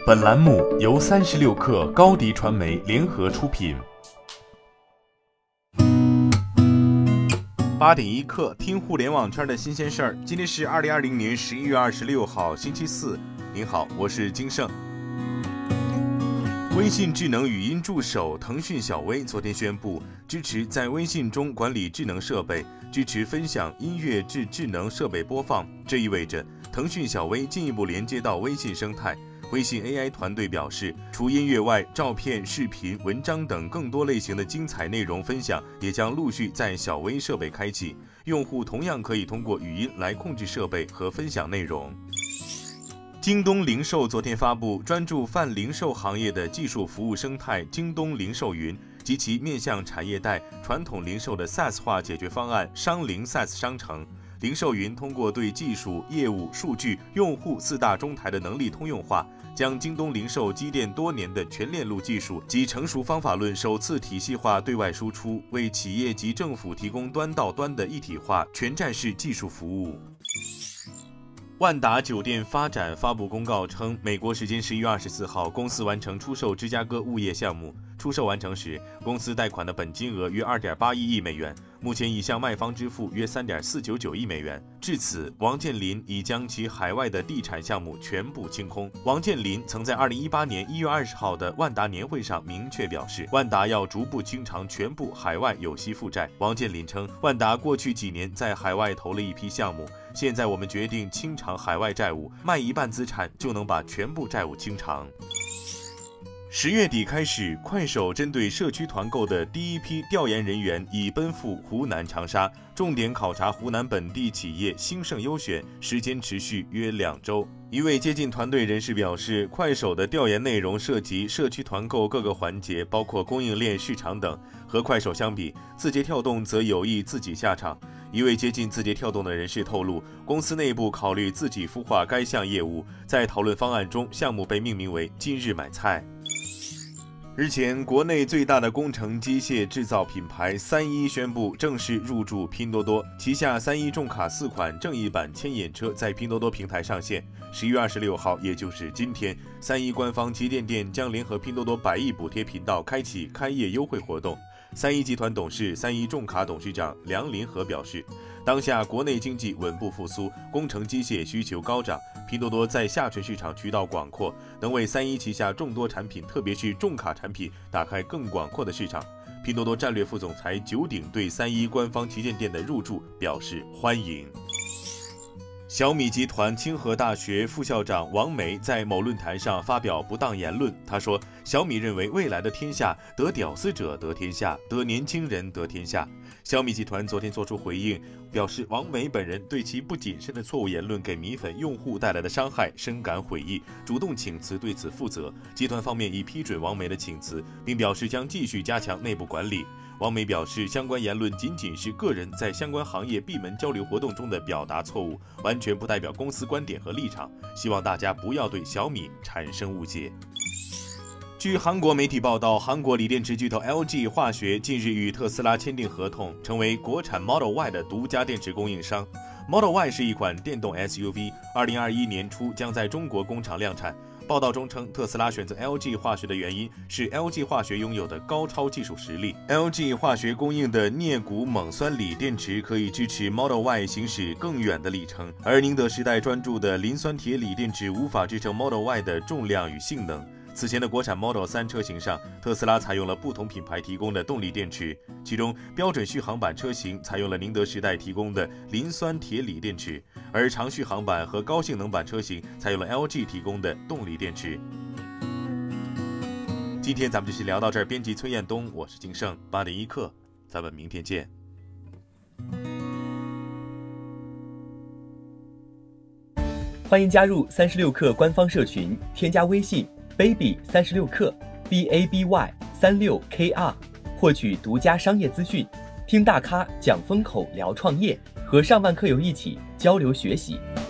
本栏目由36氪高迪传媒联合出品。8点1刻，听互联网圈的新鲜事儿。今天是2020年11月26号，星期四。您好，我是金盛。微信智能语音助手腾讯小微昨天宣布，支持在微信中管理智能设备，支持分享音乐至智能设备播放。这意味着腾讯小微进一步连接到微信生态。微信 AI 团队表示，除音乐外，照片、视频、文章等更多类型的精彩内容分享也将陆续在小微设备开启，用户同样可以通过语音来控制设备和分享内容。京东零售昨天发布专注泛零售行业的技术服务生态京东零售云及其面向产业带、传统零售的 SaaS 化解决方案商零 SaaS 商城。零售云通过对技术、业务、数据、用户4大中台的能力通用化，将京东零售积淀多年的全链路技术及成熟方法论首次体系化对外输出，为企业及政府提供端到端的一体化全站式技术服务。万达酒店发展发布公告称，美国时间11月24号，公司完成出售芝加哥物业项目。出售完成时，公司贷款的本金额约2.81亿美元，目前已向卖方支付约3.499亿美元。至此，王健林已将其海外的地产项目全部清空。王健林曾在2018年1月20号的万达年会上明确表示，万达要逐步清偿全部海外有息负债。王健林称，万达过去几年在海外投了一批项目，现在我们决定清偿海外债务，卖一半资产就能把全部债务清偿。10月底开始，快手针对社区团购的第一批调研人员已奔赴湖南长沙，重点考察湖南本地企业兴盛优选，时间持续约2周。一位接近团队人士表示，快手的调研内容涉及社区团购各个环节，包括供应链、市场等。和快手相比，字节跳动则有意自己下场。一位接近字节跳动的人士透露，公司内部考虑自己孵化该项业务，在讨论方案中，项目被命名为今日买菜。日前，国内最大的工程机械制造品牌3一宣布正式入驻拼多多，旗下3一重卡4款正义版牵引车在拼多多平台上线。11月26号，也就是今天，3一官方旗舰店将联合拼多多100亿补贴频道开启开业优惠活动。3一集团董事、3一重卡董事长梁林和表示，当下国内经济稳步复苏，工程机械需求高涨，拼多多在下沉市场渠道广阔，能为3一旗下众多产品，特别是重卡产品打开更广阔的市场。拼多多战略副总裁九鼎对3一官方旗舰店的入驻表示欢迎。小米集团清河大学副校长王梅在某论坛上发表不当言论，他说，小米认为未来的天下得屌丝者得天下，得年轻人得天下。小米集团昨天做出回应，表示王梅本人对其不谨慎的错误言论给米粉用户带来的伤害深感悔意，主动请辞对此负责。集团方面已批准王梅的请辞，并表示将继续加强内部管理。王梅表示，相关言论仅仅是个人在相关行业闭门交流活动中的表达错误，完全不代表公司观点和立场，希望大家不要对小米产生误解。据韩国媒体报道，韩国锂电池巨头 LG 化学近日与特斯拉签订合同，成为国产 Model Y 的独家电池供应商。Model Y 是一款电动 SUV，2021年初将在中国工厂量产。报道中称，特斯拉选择 LG 化学的原因是 LG 化学拥有的高超技术实力。LG 化学供应的镍钴锰酸锂电池可以支持 Model Y 行驶更远的里程，而宁德时代专注的磷酸铁锂电池无法支撑 Model Y 的重量与性能。此前的国产 Model 3车型上，特斯拉采用了不同品牌提供的动力电池，其中标准续航版车型采用了宁德时代提供的磷酸铁锂电池，而长续航版和高性能版车型采用了 LG 提供的动力电池。今天咱们就先聊到这儿，编辑崔彦东，我是金盛，8点1刻，咱们明天见。 欢迎加入36氪官方社群，添加微信baby36氪 BABY36KR， 获取独家商业资讯，听大咖讲风口，聊创业，和上万客友一起交流学习。